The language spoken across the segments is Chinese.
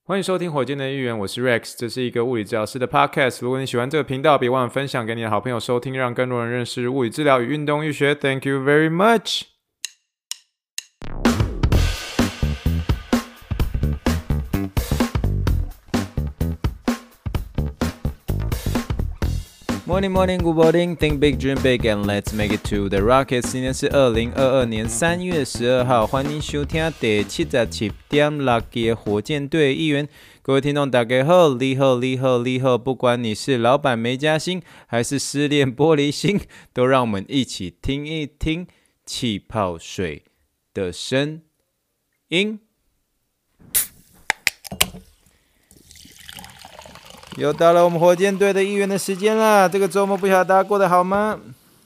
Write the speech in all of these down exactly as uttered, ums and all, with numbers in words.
欢迎收听火箭的议员，我是 Rex， 这是一个物理治疗师的 podcast。如果你喜欢这个频道，别忘了分享给你的好朋友收听，让更多人认识物理治疗与运动医学。Thank you very much。Morning, morning, good morning. Think big, dream big, and let's make it to the rockets. 今天是二零二二年三月十二号，欢迎收听第七十七点六集的火箭队议员。各位听众大家好，你好，你好，你好！不管你是老板没加薪，还是失恋玻璃心，都让我们一起听一听气泡水的声音。又到了我们火箭队的议员的时间啦！这个周末不晓得大家过得好吗？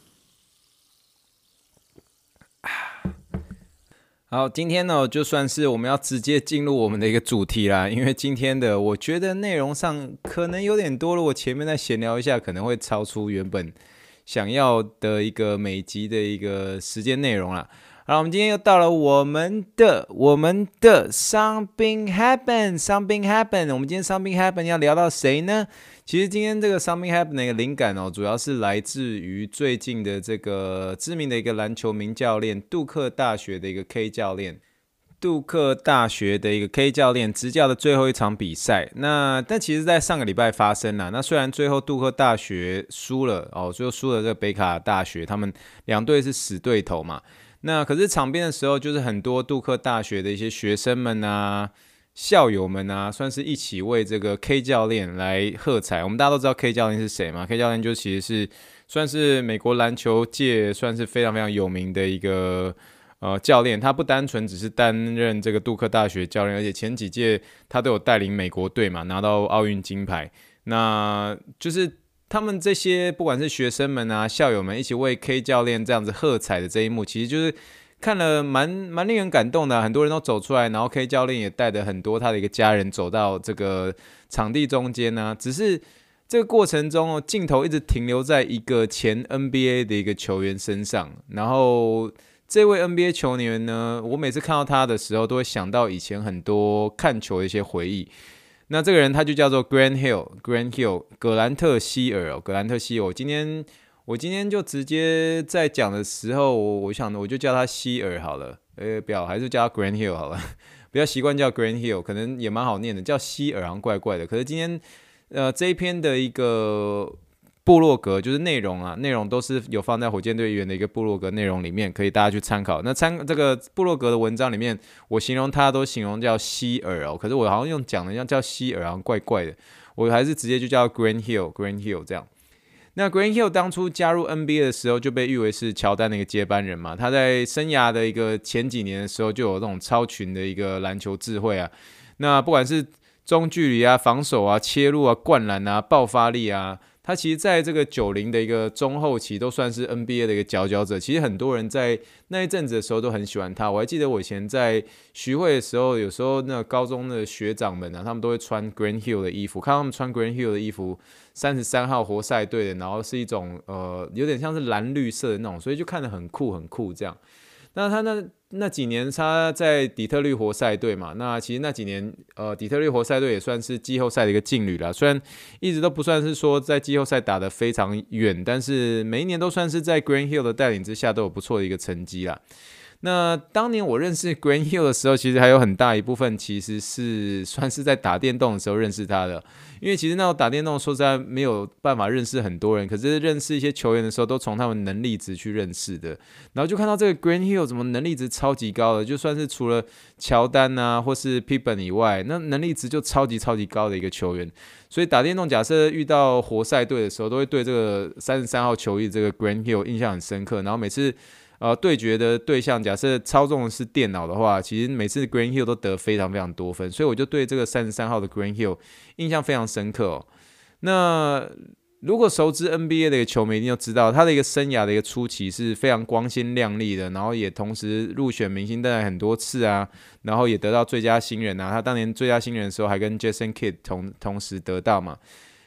好，今天呢，就算是我们要直接进入我们的一个主题啦，因为今天的我觉得内容上可能有点多了，我前面再闲聊一下，可能会超出原本想要的一个每集的一个时间内容啦。好，我们今天又到了我们的我们的 Something Happen Something Happen。我们今天 Something Happen 要聊到谁呢？其实今天这个 Something Happen 的一个灵感哦，主要是来自于最近的这个知名的一个篮球名教练，杜克大学的一个 K 教练。杜克大学的一个 K 教练执教的最后一场比赛，那但其实在上个礼拜发生了。那虽然最后杜克大学输了哦，最后输了这个北卡大学，他们两队是死对头嘛。那可是场边的时候，就是很多杜克大学的一些学生们啊、校友们啊，算是一起为这个 K 教练来喝彩。我们大家都知道 K 教练是谁嘛 ？K 教练就其实是算是美国篮球界算是非常非常有名的一个呃教练。他不单纯只是担任这个杜克大学教练，而且前几届他都有带领美国队嘛，拿到奥运金牌。那就是他们这些不管是学生们啊、校友们一起为 K 教练这样子喝彩的这一幕，其实就是看了蛮蛮令人感动的、啊。很多人都走出来，然后 K 教练也带着很多他的一个家人走到这个场地中间呢、啊。只是这个过程中哦，镜头一直停留在一个前 N B A 的一个球员身上，然后这位 N B A 球员呢，我每次看到他的时候，都会想到以前很多看球的一些回忆。那这个人他就叫做 Grant Hill，Grant Hill， 格兰特希尔、哦，格兰特希尔。我今天我今天就直接在讲的时候，我我想我就叫他希尔好了，呃，不要，还是叫他 Grant Hill 好了，比较习惯叫 Grant Hill， 可能也蛮好念的，叫希尔好像怪怪的。可是今天呃这一篇的一个部落格就是内容啊，内容都是有放在火箭队员的一个部落格内容里面，可以大家去参考。那参这个部落格的文章里面，我形容它都形容叫希尔哦，可是我好像用讲的像叫希尔，好像怪怪的，我还是直接就叫 Grant Hill，Grant Hill 这样。那 Grant Hill 当初加入 N B A 的时候，就被誉为是乔丹的一个接班人嘛。他在生涯的一个前几年的时候，就有这种超群的一个篮球智慧啊。那不管是中距离啊、防守啊、切入啊、灌篮啊、爆发力啊，他其实在这个九零的一个中后期都算是 N B A 的一个佼佼者。其实很多人在那一阵子的时候都很喜欢他。我还记得我以前在徐汇的时候，有时候那个高中的学长们啊，他们都会穿 Grant Hill 的衣服，看他们穿 Grant Hill 的衣服，三十三号活塞队的，然后是一种呃有点像是蓝绿色的那种，所以就看得很酷很酷这样。那他那那几年他在底特律活塞队嘛，那其实那几年呃底特律活塞队也算是季后赛的一个劲旅啦，虽然一直都不算是说在季后赛打得非常远，但是每一年都算是在 Grant Hill 的带领之下都有不错的一个成绩啦。那当年我认识 Grant Hill 的时候，其实还有很大一部分其实是算是在打电动的时候认识他的，因为其实那种打电动说实在没有办法认识很多人，可是认识一些球员的时候，都从他们能力值去认识的，然后就看到这个 Grant Hill 怎么能力值超级高的，就算是除了乔丹啊或是 Pippen 以外，那能力值就超级超级高的一个球员，所以打电动假设遇到活塞队的时候，都会对这个三十三号球衣这个 Grant Hill 印象很深刻，然后每次呃，对决的对象假设操纵的是电脑的话，其实每次 Grant Hill 都得非常非常多分，所以我就对这个三十三号的 Grant Hill 印象非常深刻哦。那如果熟知 N B A 的一个球迷一定就知道，他的一个生涯的一个初期是非常光鲜亮丽的，然后也同时入选明星队很多次啊，然后也得到最佳新人啊。他当年最佳新人的时候还跟 Jason Kidd 同同时得到嘛。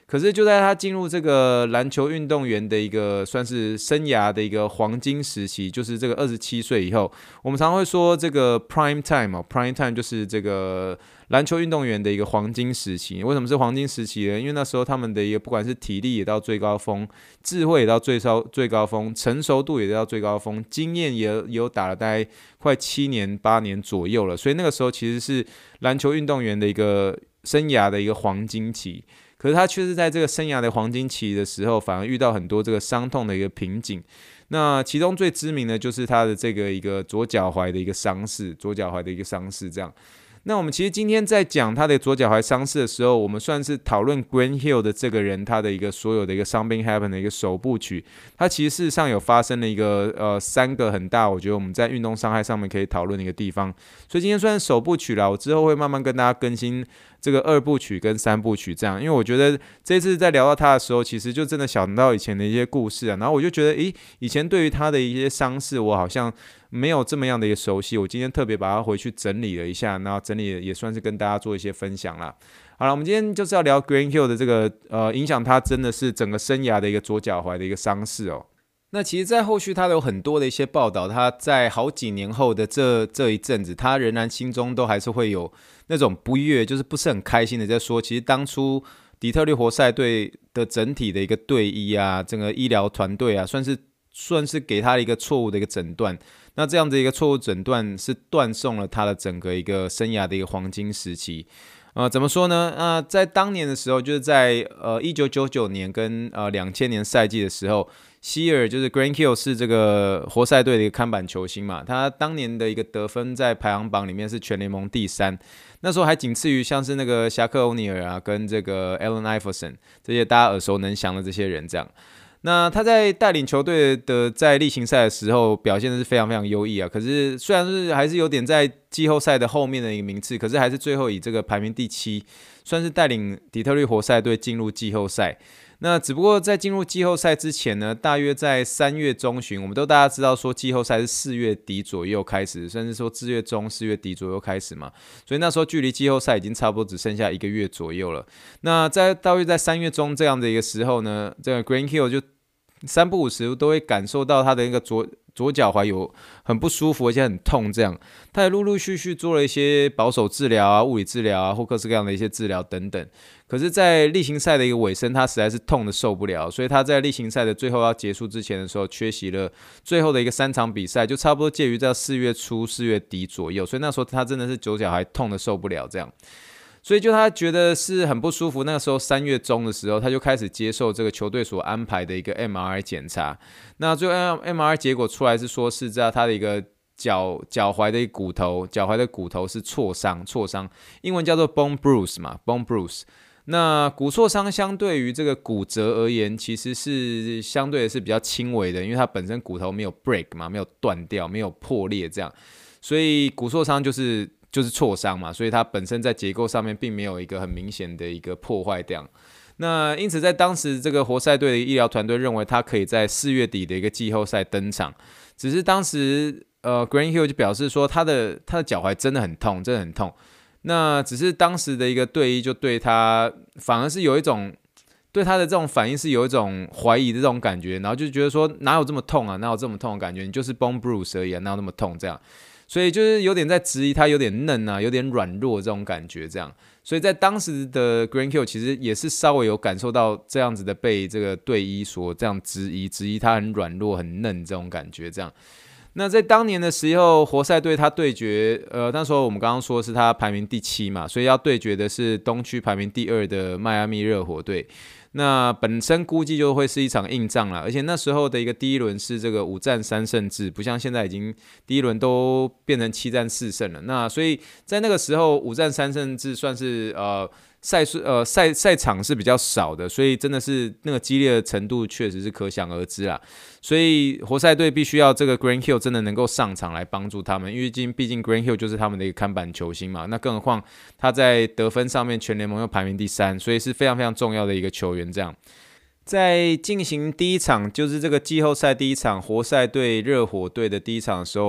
可是就在他进入这个篮球运动员的一个算是生涯的一个黄金时期，就是这个二十七岁以后，我们常会说这个 prime time 哦 ，prime time 就是这个篮球运动员的一个黄金时期。为什么是黄金时期呢？因为那时候他们的一个不管是体力也到最高峰，智慧也到最高最高峰，成熟度也到最高峰，经验也也有打了大概快七年八年左右了，所以那个时候其实是篮球运动员的一个生涯的一个黄金期。可是他却是在这个生涯的黄金期的时候，反而遇到很多这个伤痛的一个瓶颈。那其中最知名的就是他的这个一个左脚踝的一个伤势，左脚踝的一个伤势这样。那我们其实今天在讲他的左脚踝伤势的时候，我们算是讨论 Grant Hill 的这个人，他的一个所有的一个 Something Happened 的一个首部曲，他其实事实上有发生了一个呃三个很大，我觉得我们在运动伤害上面可以讨论的一个地方。所以今天算是首部曲啦，我之后会慢慢跟大家更新这个二部曲跟三部曲这样，因为我觉得这次在聊到他的时候，其实就真的想到以前的一些故事啊，然后我就觉得，诶，以前对于他的一些伤势，我好像没有这么样的一个熟悉，我今天特别把它回去整理了一下，然后整理也算是跟大家做一些分享啦。好了，我们今天就是要聊 Grant Hill 的这个呃影响他真的是整个生涯的一个左脚踝的一个伤势哦。那其实，在后续他有很多的一些报道，他在好几年后的这这一阵子，他仍然心中都还是会有那种不悦，就是不是很开心的在说，其实当初底特律活塞队的整体的一个队医啊，整个医疗团队啊，算是算是给他一个错误的一个诊断。那这样的一个错误诊断是断送了他的整个一个生涯的一个黄金时期。呃，怎么说呢？呃，在当年的时候，就是在呃一九九九年跟呃两千年赛季的时候，希尔就是 Grant Hill 是这个活塞队的一个看板球星嘛，他当年的一个得分在排行榜里面是全联盟第三，那时候还仅次于像是那个侠客欧尼尔啊，跟这个 Allen Iverson 这些大家耳熟能详的这些人这样。那他在带领球队的在例行赛的时候表现的是非常非常优异啊，可是虽然是还是有点在季后赛的后面的一个名次，可是还是最后以这个排名第七，算是带领底特律活塞队进入季后赛。那只不过在进入季后赛之前呢，大约在三月中旬，我们都大家知道说季后赛是四月底左右开始，甚至说四月中、四月底左右开始嘛，所以那时候距离季后赛已经差不多只剩下一个月左右了。那在大约在三月中这样的一个时候呢，这个 Grant Hill 就三不五时都会感受到他的一个左左脚踝有很不舒服，而且很痛，这样他也陆陆续续做了一些保守治疗啊、物理治疗啊，或各式各样的一些治疗等等。可是，在例行赛的一个尾声，他实在是痛的受不了，所以他在例行赛的最后要结束之前的时候，缺席了最后的一个三场比赛，就差不多介于在四月初、四月底左右。所以那时候他真的是左脚踝痛的受不了，这样。所以就他觉得是很不舒服，那个时候三月中的时候，他就开始接受这个球队所安排的一个 M R I 检查。那最后 M R I 结果出来是说是在他的一个脚脚踝的骨头，脚踝的骨头是挫伤，挫伤，英文叫做 bone bruise 嘛 ，bone bruise。那骨挫伤相对于这个骨折而言，其实是相对的是比较轻微的，因为它本身骨头没有 break 嘛，没有断掉，没有破裂这样，所以骨挫伤就是。就是挫伤嘛，所以它本身在结构上面并没有一个很明显的一个破坏这样。那因此在当时这个活塞队的医疗团队认为他可以在四月底的一个季后赛登场，只是当时呃 Grant Hill 就表示说他的他的脚踝真的很痛，真的很痛。那只是当时的一个队医就对他反而是有一种对他的这种反应是有一种怀疑的这种感觉，然后就觉得说哪有这么痛啊，哪有这么痛的感觉，你就是 bone bruise 而已啊，哪有那么痛这样。所以就是有点在质疑他有点嫩啊，有点软弱这种感觉这样。所以在当时的 Grant Hill 其实也是稍微有感受到这样子的被这个队医所这样质疑，质疑他很软弱很嫩这种感觉这样。那在当年的时候，活塞队他对决，呃，那时候我们刚刚说是他排名第七嘛，所以要对决的是东区排名第二的迈阿密热火队。那本身估计就会是一场硬仗啦，而且那时候的一个第一轮是这个五战三胜制，不像现在已经第一轮都变成七战四胜了。那所以在那个时候五战三胜制算是呃赛数呃赛赛场是比较少的，所以真的是那个激烈的程度确实是可想而知啦。所以活塞队必须要这个 Grant Hill 真的能够上场来帮助他们，因为毕竟 Grant Hill 就是他们的一个看板球星嘛。那更何况他在得分上面全联盟又排名第三，所以是非常非常重要的一个球员。这样，在进行第一场就是这个季后赛第一场活塞队热火队的第一场的时候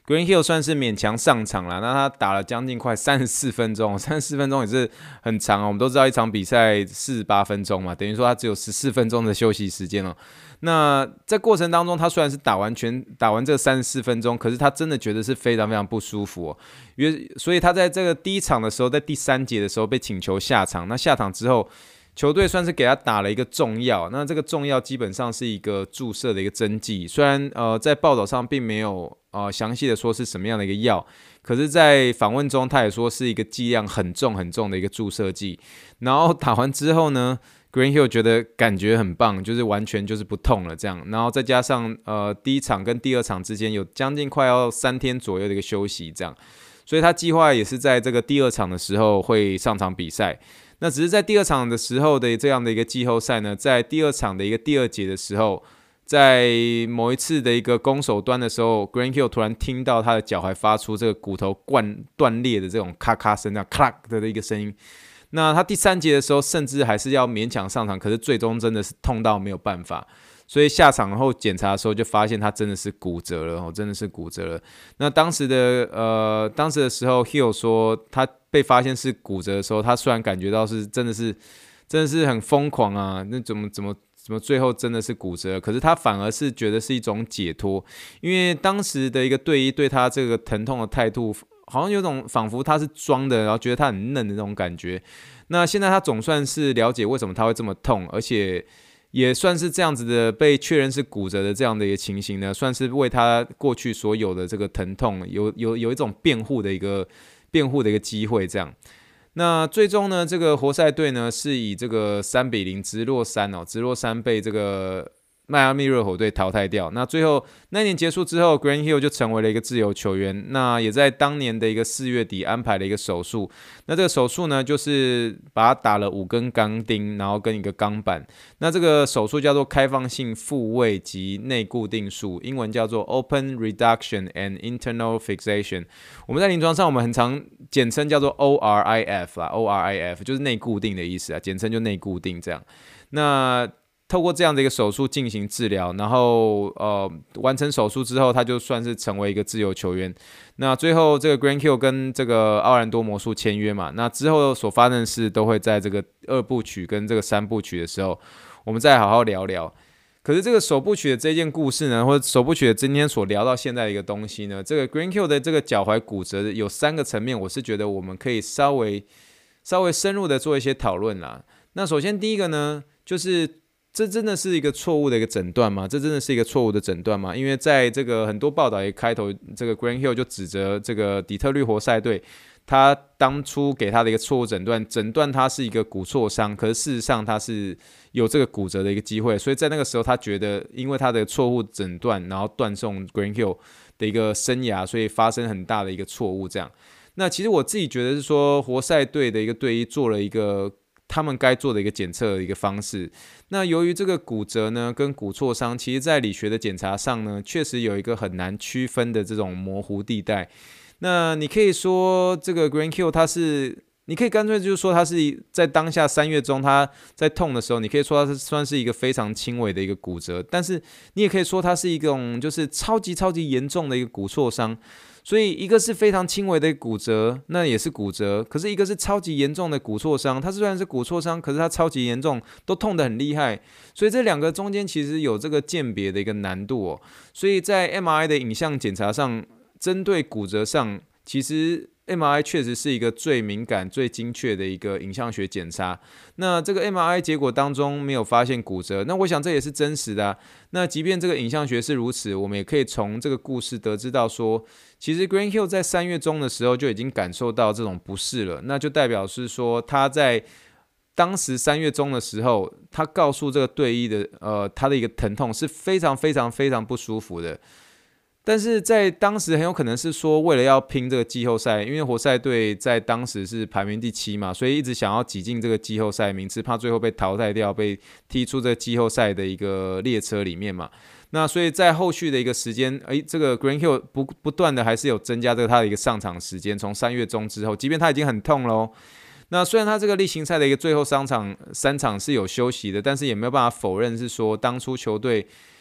Green Hill 算是勉强上场了，那他打了将近快三十四分钟，三十四分钟也是很长哦。我们都知道一场比赛四十八分钟嘛，等于说他只有十四分钟的休息时间哦。那在过程当中，他虽然是打完全打完这三十四分钟，可是他真的觉得是非常非常不舒服哦。因为所以他在这个第一场的时候，在第三节的时候被请求下场。那下场之后，球队算是给他打了一个重药，那这个重药基本上是一个注射的一个针剂，虽然呃在报道上并没有呃详细的说是什么样的一个药，可是，在访问中他也说是一个剂量很重很重的一个注射剂。然后打完之后呢 ，Green Hill 觉得感觉很棒，就是完全就是不痛了这样。然后再加上呃第一场跟第二场之间有将近快要三天左右的一个休息这样，所以他计划也是在这个第二场的时候会上场比赛。那只是在第二场的时候的这样的一个季后赛呢，在第二场的一个第二节的时候，在某一次的一个攻守端的时候 ，Green Hill 突然听到他的脚踝发出这个骨头断裂的这种咔咔声，这样咔的一个声音。那他第三节的时候，甚至还是要勉强上场，可是最终真的是痛到没有办法。所以下场后检查的时候，就发现他真的是骨折了，哦，真的是骨折了。那当时的呃，当时的时候 ，Hill 说他被发现是骨折的时候，他虽然感觉到是真的是真的是很疯狂啊，那怎么怎么怎么最后真的是骨折了？可是他反而是觉得是一种解脱，因为当时的一个队医对他这个疼痛的态度，好像有种仿佛他是装的，然后觉得他很嫩的那种感觉。那现在他总算是了解为什么他会这么痛，而且也算是这样子的被确认是骨折的这样的一个情形呢，算是为他过去所有的这个疼痛有有有一种辩护的一个辩护的一个机会这样。那最终呢，这个活塞队呢是以这个三比零直落三哦，直落三被这个迈阿密热火队淘汰掉。那最后那一年结束之后 ，Green Hill 就成为了一个自由球员。那也在当年的一个四月底安排了一个手术。那这个手术呢，就是把他打了五根钢钉，然后跟一个钢板。那这个手术叫做开放性复位及内固定术，英文叫做 Open Reduction and Internal Fixation。我们在临床上我们很常简称叫做 O R I F 啦 ，O R I F 就是内固定的意思啊，简称就内固定这样。那透过这样的一个手术进行治疗，然后呃完成手术之后，他就算是成为一个自由球员。那最后这个 Green Hill 跟这个奥兰多魔术签约嘛，那之后所发生的事都会在这个二部曲跟这个三部曲的时候，我们再好好聊聊。可是这个首部曲的这件故事呢，或者首部曲的今天所聊到现在的一个东西呢，这个 Green Hill 的这个脚踝骨折有三个层面，我是觉得我们可以稍微稍微深入的做一些讨论啦。那首先第一个呢，就是这真的是一个错误的一个诊断吗？这真的是一个错误的诊断吗？因为在这个很多报道一开头，这个 Green Hill 就指责这个底特律活塞队，他当初给他的一个错误诊断，诊断他是一个骨挫伤，可是事实上他是有这个骨折的一个机会，所以在那个时候他觉得，因为他的错误诊断，然后断送 Green Hill 的一个生涯，所以发生很大的一个错误。这样，那其实我自己觉得是说，活塞队的一个队医做了一个他们该做的一个检测的一个方式。那由于这个骨折呢跟骨挫伤，其实在理学的检查上呢，确实有一个很难区分的这种模糊地带。那你可以说这个 Green Hill 他是，你可以干脆就是说他是在当下三月中他在痛的时候，你可以说他是算是一个非常轻微的一个骨折，但是你也可以说它是一种就是超级超级严重的一个骨挫伤。所以一个是非常轻微的骨折，那也是骨折，可是一个是超级严重的骨挫伤，它虽然是骨挫伤，可是它超级严重，都痛得很厉害，所以这两个中间其实有这个鉴别的一个难度哦。所以在 M R I 的影像检查上，针对骨折上，其实 M R I 确实是一个最敏感、最精确的一个影像学检查。那这个 M R I 结果当中没有发现骨折，那我想这也是真实的啊。那即便这个影像学是如此，我们也可以从这个故事得知到说，其实 Green Hill 在三月中的时候就已经感受到这种不适了，那就代表是说他在当时三月中的时候，他告诉这个队医的，呃，他的一个疼痛是非常非常非常不舒服的。但是在当时很有可能是说，为了要拼这个季后赛，因为活塞队在当时是排名第七嘛，所以一直想要挤进这个季后赛名次，怕最后被淘汰掉，被踢出这个季后赛的一个列车里面嘛。那所以在后续的一个时间，哎，这个 Green Hill 不不断的还是有增加这个他的一个上场时间，从三月中之后，即便他已经很痛喽。那虽然他这个例行赛的一个最后三场三场是有休息的，但是也没有办法否认是说当初球队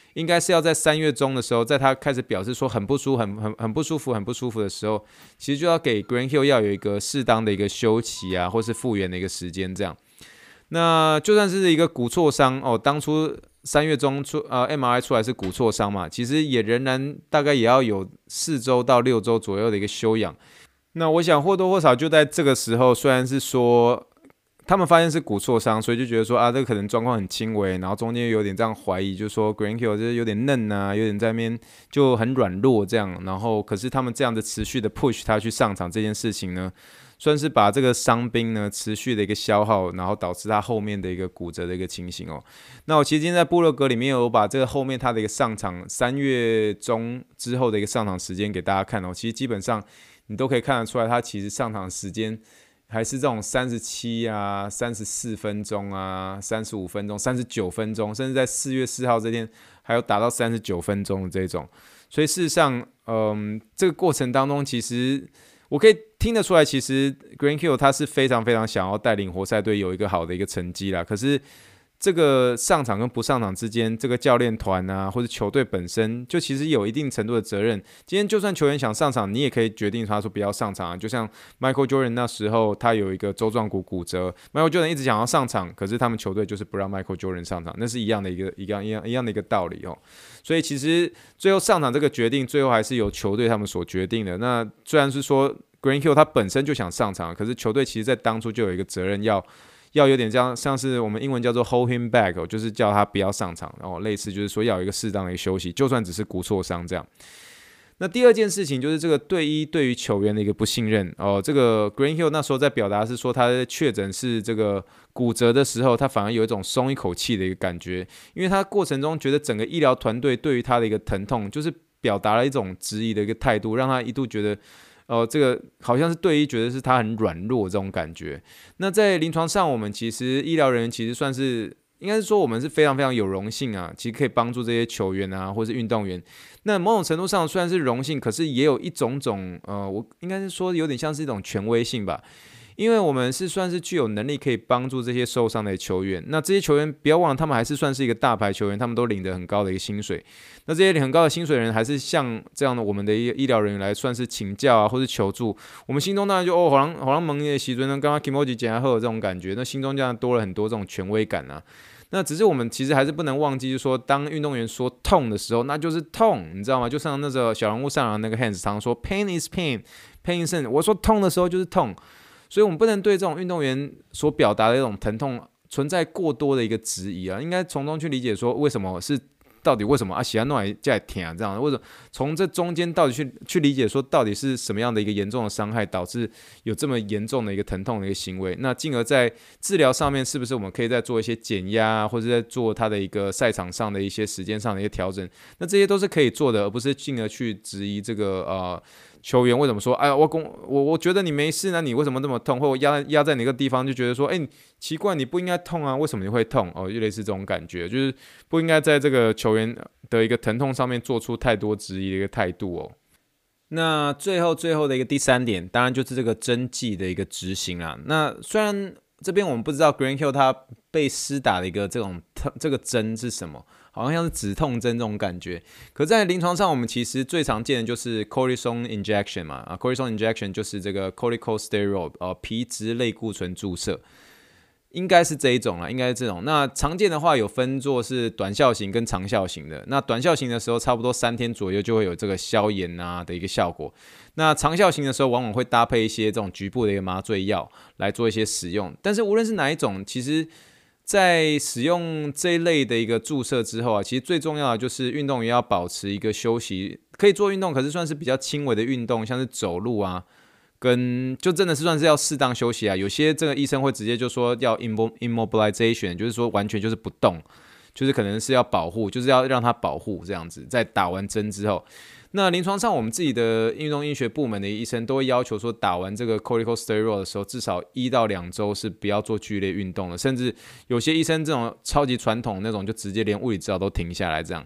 应该是要在三月中的时候，在他开始表示说很不舒服、很很很不舒服、很不舒服的时候，其实就要给 Grant Hill 要有一个适当的一个休息啊，或是复原的一个时间这样。那就算是一个骨挫伤哦，当初三月中出呃 M R I 出来是骨挫伤嘛，其实也仍然大概也要有四周到六周左右的一个休养。那我想或多或少就在这个时候，虽然是说他们发现是骨挫伤，所以就觉得说啊，这个可能状况很轻微，然后中间有点这样怀疑，就说 Grant Hill 就是有点嫩啊，有点在那边就很软弱这样，然后可是他们这样的持续的 push 他去上场这件事情呢，算是把这个伤兵呢持续的一个消耗，然后导致他后面的一个骨折的一个情形哦。那我其实今天在部落格里面有把这个后面他的一个上场三月中之后的一个上场时间给大家看哦，其实基本上你都可以看得出来，他其实上场时间还是这种三十七啊、三十四分钟啊、三十五分钟、三十九分钟，甚至在四月四号这天还有达到三十九分钟的这种。所以事实上，嗯，这个过程当中，其实我可以听得出来，其实 Grant Hill 他是非常非常想要带领活塞队有一个好的一个成绩啦。可是这个上场跟不上场之间，这个教练团啊，或者球队本身，就其实有一定程度的责任。今天就算球员想上场，你也可以决定他说不要上场啊。就像 Michael Jordan 那时候，他有一个舟状骨骨折 ，Michael Jordan 一直想要上场，可是他们球队就是不让 Michael Jordan 上场，那是一样的一个一样一样一样的一个道理哦。所以其实最后上场这个决定，最后还是由球队他们所决定的。那虽然是说 Grant Hill 他本身就想上场，可是球队其实在当初就有一个责任要。要有点这样，像是我们英文叫做 hold him back， 就是叫他不要上场，然后类似就是说要有一个适当的一个休息，就算只是骨挫伤这样。那第二件事情就是这个队医对于球员的一个不信任哦。这个 Grant Hill 那时候在表达是说，他确诊是这个骨折的时候，他反而有一种松一口气的一个感觉，因为他过程中觉得整个医疗团队对于他的一个疼痛，就是表达了一种质疑的一个态度，让他一度觉得。哦，这个好像是队医觉得是他很软弱这种感觉。那在临床上，我们其实医疗人员其实算是，应该是说我们是非常非常有荣幸啊，其实可以帮助这些球员啊，或是运动员。那某种程度上虽然是荣幸，可是也有一种种，呃，我应该是说有点像是一种权威性吧。因为我们是算是具有能力可以帮助这些受伤的球员，那这些球员不要忘了，他们还是算是一个大牌球员，他们都领得很高的一个薪水。那这些领很高的薪水的人，还是像这样的我们的医疗人员来算是请教啊，或是求助。我们心中当然就哦，好像好像蒙的时阵呢，刚刚 Kimoji 讲后的这种感觉，那心中这样多了很多这种权威感啊。那只是我们其实还是不能忘记，就是说当运动员说痛的时候，那就是痛，你知道吗？就像那个小人物上篮那个 Hans 常说 ，Pain is pain, pain is pain。我说痛的时候就是痛。所以我们不能对这种运动员所表达的一种疼痛存在过多的一个质疑啊，应该从中去理解说为什么是到底为什么啊喜欢弄来在疼这样，或者从这中间到底去去理解说到底是什么样的一个严重的伤害导致有这么严重的一个疼痛的一个行为，那进而在治疗上面是不是我们可以再做一些减压啊，或者在做他的一个赛场上的一些时间上的一些调整，那这些都是可以做的，而不是进而去质疑这个呃。球员为什么说？哎呀，我我我觉得你没事呢，你为什么这么痛？或者压压在哪个地方，就觉得说，哎，奇怪，你不应该痛啊，为什么你会痛？哦，就类似这种感觉，就是不应该在这个球员的一个疼痛上面做出太多质疑的一个态度哦。那最后最后的一个第三点，当然就是这个针剂的一个执行啦。那虽然这边我们不知道 Grant Hill 他被施打的一个这种这个针是什么。好像像是止痛针这种感觉，可在临床上，我们其实最常见的就是 cortisone injection 嘛，啊 ，cortisone injection 就是这个 corticosteroid 呃皮质类固醇注射，应该是这一种啦，应该是这种。那常见的话有分作是短效型跟长效型的。那短效型的时候，差不多三天左右就会有这个消炎啊的一个效果。那长效型的时候，往往会搭配一些这种局部的一个麻醉药来做一些使用。但是无论是哪一种，其实在使用这一类的一个注射之后啊，其实最重要的就是运动员要保持一个休息，可以做运动，可是算是比较轻微的运动，像是走路啊，跟就真的是算是要适当休息啊。有些这个医生会直接就说要 immobilization， 就是说完全就是不动，就是可能是要保护，就是要让他保护这样子，在打完针之后。那临床上，我们自己的运动医学部门的医生都会要求说，打完这个 corticosteroid 的时候，至少一到两周是不要做剧烈运动的，甚至有些医生这种超级传统那种，就直接连物理治疗都停下来这样。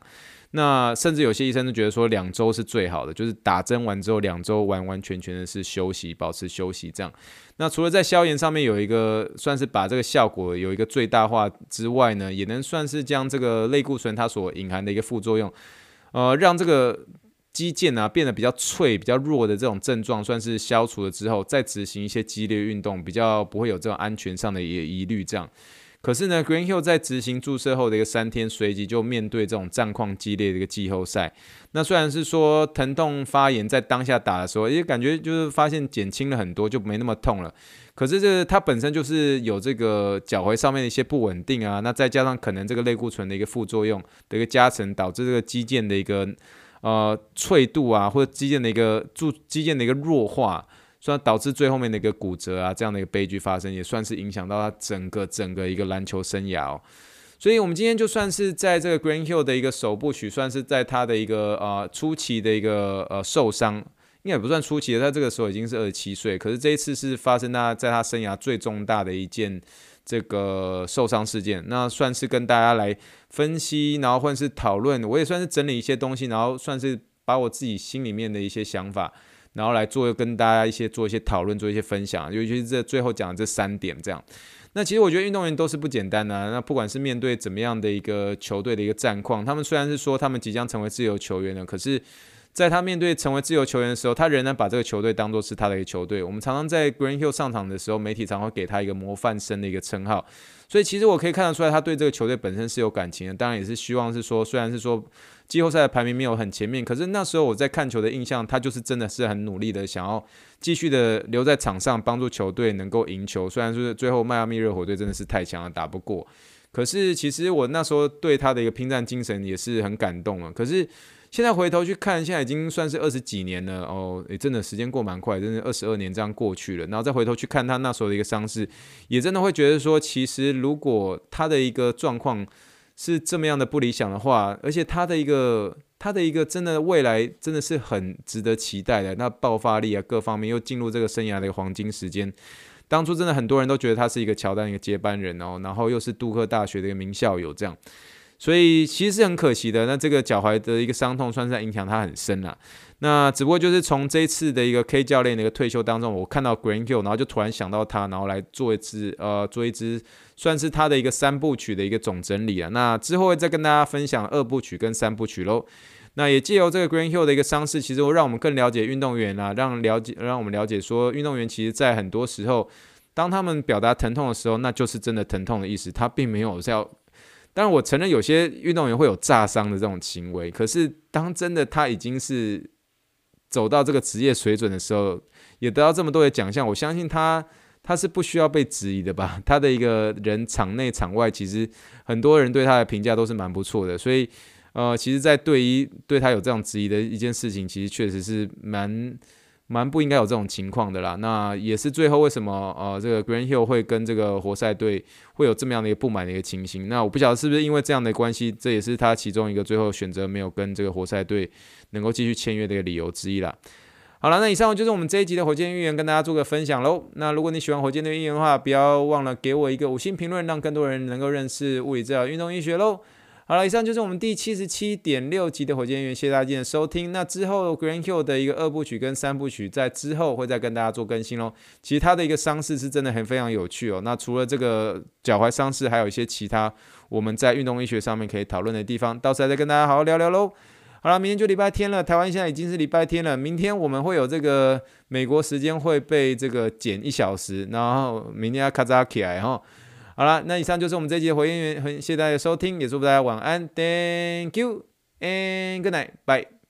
那甚至有些医生都觉得说两周是最好的，就是打针完之后两周完完全全的是休息，保持休息这样。那除了在消炎上面有一个算是把这个效果有一个最大化之外呢，也能算是将这个类固醇它所隐含的一个副作用，呃，让这个肌腱啊变得比较脆、比较弱的这种症状算是消除了之后，再执行一些激烈运动，比较不会有这种安全上的疑虑这样。可是呢 ，Greenhill 在执行注射后的一个三天，随即就面对这种战况激烈的一个季后赛。那虽然是说疼痛发炎在当下打的时候，也感觉就是发现减轻了很多，就没那么痛了。可是这个它本身就是有这个脚踝上面的一些不稳定啊，那再加上可能这个类固醇的一个副作用的一个加成，导致这个肌腱的一个呃脆度啊，或者肌腱的一个注肌腱的一个弱化。虽然导致最后面的一个骨折啊，这样的一个悲剧发生，也算是影响到他整个整个一个篮球生涯哦。所以，我们今天就算是在这个 Greenhill 的一个首部曲，算是在他的一个呃初期的一个呃受伤，应该也不算初期的，他这个时候已经是二十七岁，可是这一次是发生他在他生涯最重大的一件这个受伤事件，那算是跟大家来分析，然后或者是讨论，我也算是整理一些东西，然后算是把我自己心里面的一些想法。然后来做跟大家一些做一些讨论，做一些分享，尤其是这最后讲的这三点这样。那其实我觉得运动员都是不简单的、啊，那不管是面对怎么样的一个球队的一个战况，他们虽然是说他们即将成为自由球员了，可是在他面对成为自由球员的时候，他仍然把这个球队当作是他的一个球队。我们常常在 Greenhill 上场的时候，媒体常会给他一个模范生的一个称号，所以其实我可以看得出来，他对这个球队本身是有感情的。当然也是希望是说，虽然是说季后赛的排名没有很前面，可是那时候我在看球的印象，他就是真的是很努力的，想要继续的留在场上，帮助球队能够赢球。虽然说最后迈阿密热火队真的是太强了，打不过，可是其实我那时候对他的一个拼战精神也是很感动了。可是现在回头去看，现在已经算是二十几年了哦，也真的时间过蛮快，真的二十二年这样过去了。然后再回头去看他那时候的一个伤势，也真的会觉得说，其实如果他的一个状况是这么样的不理想的话，而且他的一个他的一个真的未来真的是很值得期待的。那爆发力啊，各方面又进入这个生涯的一个黄金时间。当初真的很多人都觉得他是一个乔丹一个接班人哦，然后又是杜克大学的一个名校友这样。所以其实是很可惜的，那这个脚踝的一个伤痛算是在影响他很深啦。那只不过就是从这一次的一个 K 教练的一个退休当中，我看到 Greenhill， 然后就突然想到他，然后来做一支呃做一支算是他的一个三部曲的一个总整理啊。那之后会再跟大家分享二部曲跟三部曲咯。那也借由这个 Greenhill 的一个伤势，其实会让我们更了解运动员啊，让了解让我们了解说，运动员其实在很多时候，当他们表达疼痛的时候，那就是真的疼痛的意思，他并没有是要。当然，我承认有些运动员会有炸伤的这种行为，可是当真的他已经是走到这个职业水准的时候，也得到这么多的奖项，我相信他他是不需要被质疑的吧？他的一个人场内场外，其实很多人对他的评价都是蛮不错的，所以呃，其实，在对于对他有这样质疑的一件事情，其实确实是蛮。蛮不应该有这种情况的啦，那也是最后为什么呃这个 Greenhill 会跟这个活塞队会有这么样的一个不满的一个情形。那我不晓得是不是因为这样的关系，这也是他其中一个最后选择没有跟这个活塞队能够继续签约的一个理由之一啦。好了，那以上就是我们这一集的火箭预言，跟大家做个分享咯。那如果你喜欢火箭队预言的话，不要忘了给我一个五星评论，让更多人能够认识物理治疗运动医学咯。好了，以上就是我们第七十七点六集的火箭员，谢谢大家今天的收听。那之后 Greenhill 的一个二部曲跟三部曲，在之后会再跟大家做更新咯。其实他的一个伤势是真的很非常有趣哦。那除了这个脚踝伤势，还有一些其他我们在运动医学上面可以讨论的地方，到时候再跟大家好好聊聊咯。好了，明天就礼拜天了，台湾现在已经是礼拜天了。明天我们会有这个美国时间会被这个减一小时，然后明天要咔嚓起来哈。好了，那以上就是我们这一集的回应员，谢谢大家的收听，也祝福大家晚安 ，Thank you and good night，bye。